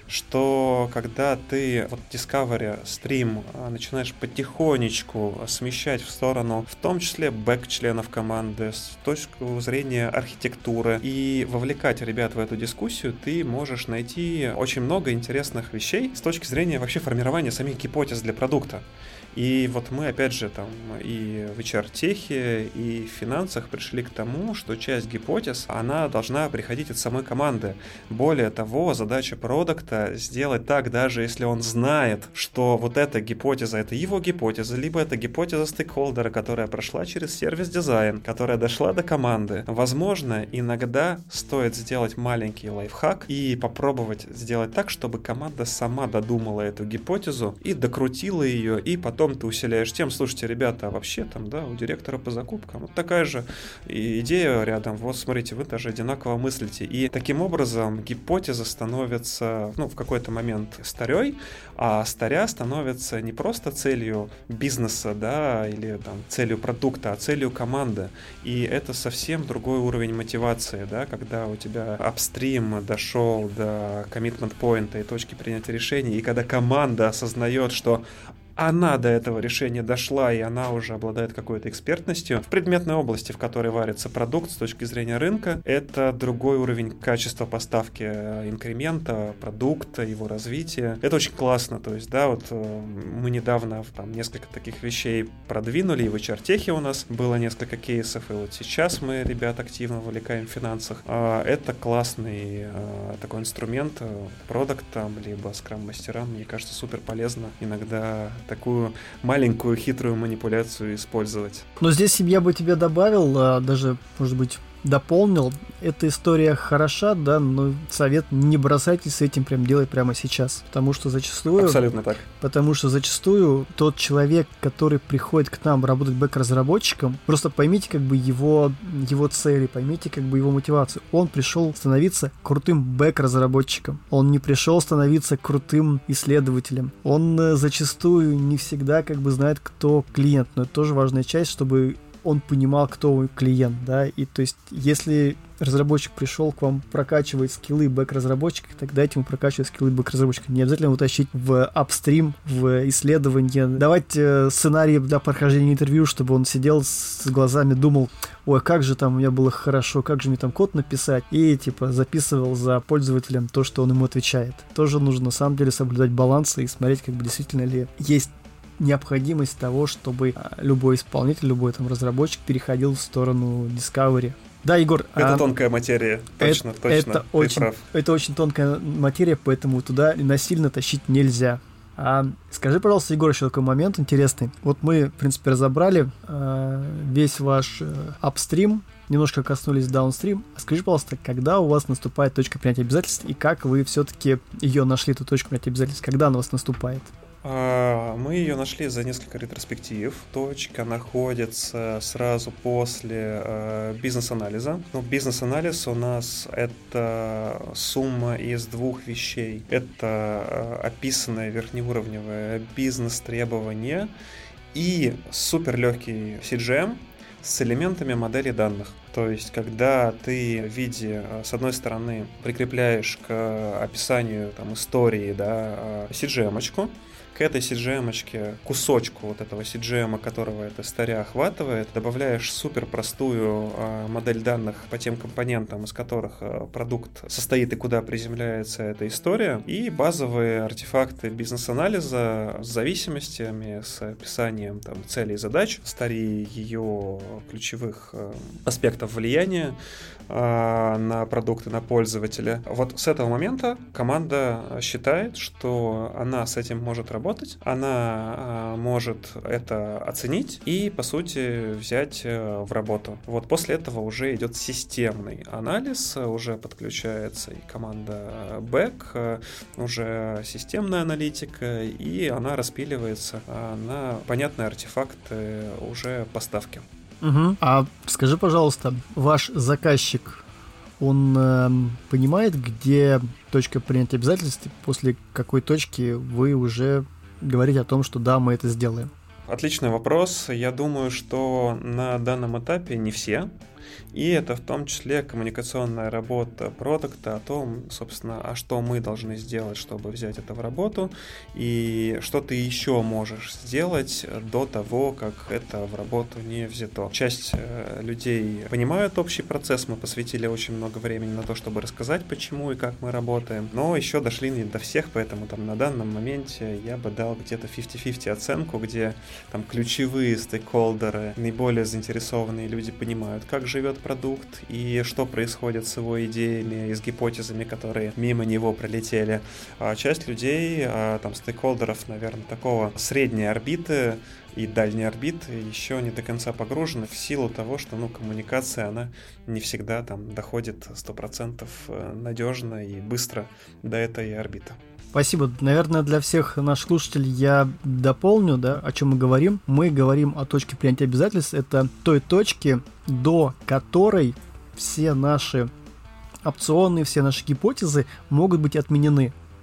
что когда ты вот Discovery Stream начинаешь потихонечку смещать в сторону, в том числе бэк-членов команды, с точки зрения архитектуры, и вовлекать ребят в эту дискуссию, ты можешь найти очень много интересных вещей с точки зрения вообще формирования самих гипотез для продукта. И вот мы, опять же, там и в HR-техе, и в финансах пришли к тому, что часть гипотез, она должна приходить от самой команды. Более того, задача продукта сделать так, даже если он знает, что вот эта гипотеза, это его гипотеза, либо это гипотеза стейкхолдера, которая прошла через сервис-дизайн, которая дошла до команды. Возможно, иногда стоит сделать маленький лайфхак и попробовать сделать так, чтобы команда сама додумала эту гипотезу и докрутила ее, и потом ты усиляешь тем, слушайте, ребята, а вообще там, да, у директора по закупкам вот такая же идея рядом, вот смотрите, вы даже одинаково мыслите. И таким образом гипотеза становится, в какой-то момент старей, а старя становится не просто целью бизнеса, да, или там целью продукта, а целью команды. И это совсем другой уровень мотивации, да, когда у тебя апстрим дошел до commitment point и точки принятия решений, и когда команда осознает, что она до этого решения дошла, и она уже обладает какой-то экспертностью в предметной области, в которой варится продукт с точки зрения рынка. Это другой уровень качества поставки инкремента, продукта, его развития. Это очень классно. То есть, да, вот мы недавно там несколько таких вещей продвинули, и в HR-техе у нас было несколько кейсов, и вот сейчас мы ребят активно вовлекаем в финансах. Это классный такой инструмент продуктам, либо скрам-мастерам. Мне кажется, супер полезно иногда такую маленькую хитрую манипуляцию использовать. Но здесь я бы тебе добавил, даже, может быть, дополнил. Эта история хороша, да, но совет: не бросайтесь с этим прям делать прямо сейчас. Потому что зачастую... Абсолютно так. Потому что зачастую тот человек, который приходит к нам работать бэк-разработчиком, просто поймите как бы его цели, поймите как бы его мотивацию. Он пришел становиться крутым бэк-разработчиком. Он не пришел становиться крутым исследователем. Он зачастую не всегда как бы знает, кто клиент, но это тоже важная часть, чтобы он понимал, кто клиент, да, и то есть, если разработчик пришел к вам прокачивать скиллы бэк-разработчика, тогда дайте ему прокачивать скиллы бэк-разработчика. Не обязательно его тащить в апстрим, в исследование, давать сценарии для прохождения интервью, чтобы он сидел с глазами, думал: ой, как же там у меня было хорошо, как же мне там код написать, и типа записывал за пользователем то, что он ему отвечает. Тоже нужно на самом деле соблюдать баланс и смотреть, как бы действительно ли есть необходимость того, чтобы любой исполнитель, любой там разработчик переходил в сторону Discovery. Да, Егор. Это тонкая материя, точно, это очень тонкая материя, поэтому туда насильно тащить нельзя. Скажи, пожалуйста, Егор, еще такой момент интересный. Вот мы, в принципе, разобрали весь ваш апстрим, немножко коснулись даунстрим. Скажи, пожалуйста, когда у вас наступает точка принятия обязательств, и как вы все-таки ее нашли, эту точку принятия обязательств, когда она у вас наступает? Мы ее нашли за несколько ретроспектив. Точка находится сразу после бизнес-анализа. Бизнес-анализ у нас это сумма из двух вещей. Это описанное верхнеуровневое бизнес-требование и суперлегкий CGM с элементами модели данных. То есть, когда ты в виде, с одной стороны, прикрепляешь к описанию там, истории, да, CGM-очку, к этой CGM-очке, кусочку вот этого CGM, которого эта старя охватывает, добавляешь супер простую модель данных по тем компонентам, из которых продукт состоит и куда приземляется эта история, и базовые артефакты бизнес-анализа с зависимостями, с описанием там, целей и задач, старей ее ключевых аспектов влияния на продукты, на пользователя. Вот с этого момента команда считает, что она с этим может работать, она может это оценить и, по сути, взять в работу. Вот после этого уже идет системный анализ, уже подключается и команда бэк, уже системная аналитика, и она распиливается на понятные артефакты уже поставки. Угу. А скажи, пожалуйста, ваш заказчик, он понимает, где точка принятия обязательств, после какой точки вы уже говорите о том, что да, мы это сделаем? Отличный вопрос. Я думаю, что на данном этапе не все. И это в том числе коммуникационная работа продукта о том, собственно, а что мы должны сделать, чтобы взять это в работу, и что ты еще можешь сделать до того, как это в работу не взято. Часть людей понимают общий процесс, мы посвятили очень много времени на то, чтобы рассказать, почему и как мы работаем, но еще дошли не до всех, поэтому там на данном моменте я бы дал где-то 50-50 оценку, где там ключевые стейкхолдеры, наиболее заинтересованные люди понимают, как живет продукт и что происходит с его идеями и с гипотезами, которые мимо него пролетели. А часть людей, там, стейкхолдеров, наверное, такого средней орбиты и дальней орбиты еще не до конца погружены в силу того, что, коммуникация, она не всегда там доходит 100% надежно и быстро до этой орбиты. Спасибо. Наверное, для всех наших слушателей я дополню, да, о чем мы говорим. Мы говорим о точке принятия обязательств. Это той точке, до которой все наши опционы, все наши гипотезы могут быть отменены.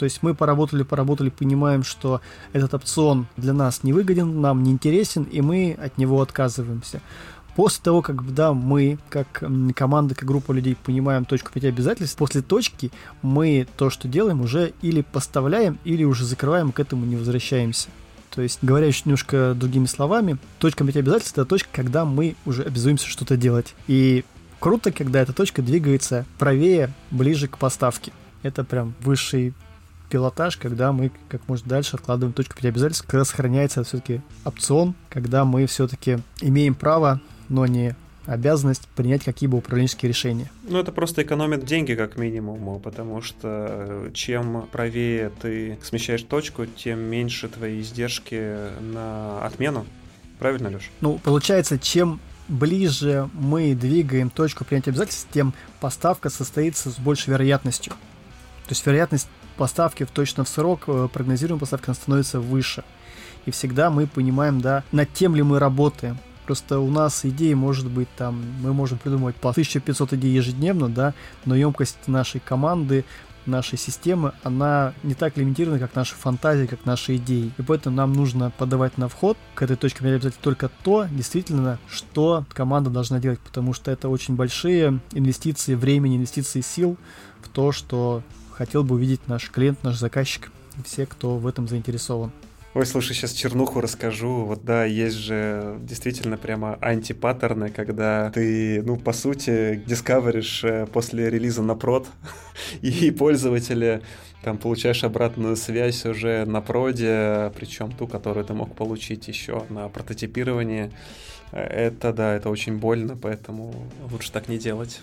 То есть мы поработали, понимаем, что этот опцион для нас не выгоден, нам не интересен, и мы от него отказываемся. После того, когда мы, как команда, как группа людей, понимаем точку 5 обязательств, после точки мы то, что делаем, уже или поставляем, или уже закрываем, к этому не возвращаемся. То есть, говоря еще немножко другими словами, точка 5 обязательств — это точка, когда мы уже обязуемся что-то делать. И круто, когда эта точка двигается правее, ближе к поставке. Это прям высший пилотаж, когда мы как можно дальше откладываем точку 5 обязательств, когда сохраняется все-таки опцион, когда мы все-таки имеем право, но не обязанность принять какие-бы управленческие решения. Ну, это просто экономит деньги, как минимум, потому что чем правее ты смещаешь точку, тем меньше твои издержки на отмену. Правильно, Леш? Ну, получается, чем ближе мы двигаем точку принятия обязательств, тем поставка состоится с большей вероятностью. То есть вероятность поставки точно в срок, прогнозируемая поставка, становится выше. И всегда мы понимаем, да, над тем ли мы работаем. Просто у нас идеи, может быть, там, мы можем придумывать по 1500 идей ежедневно, да, но емкость нашей команды, нашей системы, она не так лимитирована, как наши фантазии, как наши идеи. И поэтому нам нужно подавать на вход к этой точке принятия обязательств только то, действительно, что команда должна делать, потому что это очень большие инвестиции времени, инвестиции сил в то, что хотел бы увидеть наш клиент, наш заказчик и все, кто в этом заинтересован. Ой, слушай, сейчас чернуху расскажу. Вот да, есть же действительно прямо антипаттерны, когда ты, ну, по сути, дискаверишь после релиза на прод, и пользователи там получаешь обратную связь уже на проде, причем ту, которую ты мог получить еще на прототипировании. Это, да, это очень больно, поэтому лучше так не делать.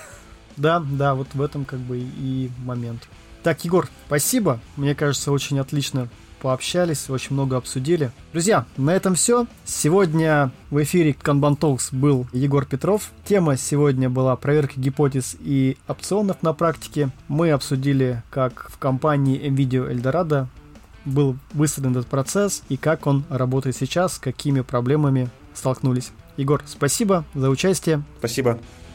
Да, вот в этом как бы и момент. Так, Егор, спасибо. Мне кажется, очень отлично пообщались, очень много обсудили. Друзья, на этом все. Сегодня в эфире Kanban Talks был Егор Петров. Тема сегодня была проверка гипотез и опционов на практике. Мы обсудили, как в компании NVIDIA Eldorado был выстроен этот процесс и как он работает сейчас, с какими проблемами столкнулись. Егор, спасибо за участие. Спасибо.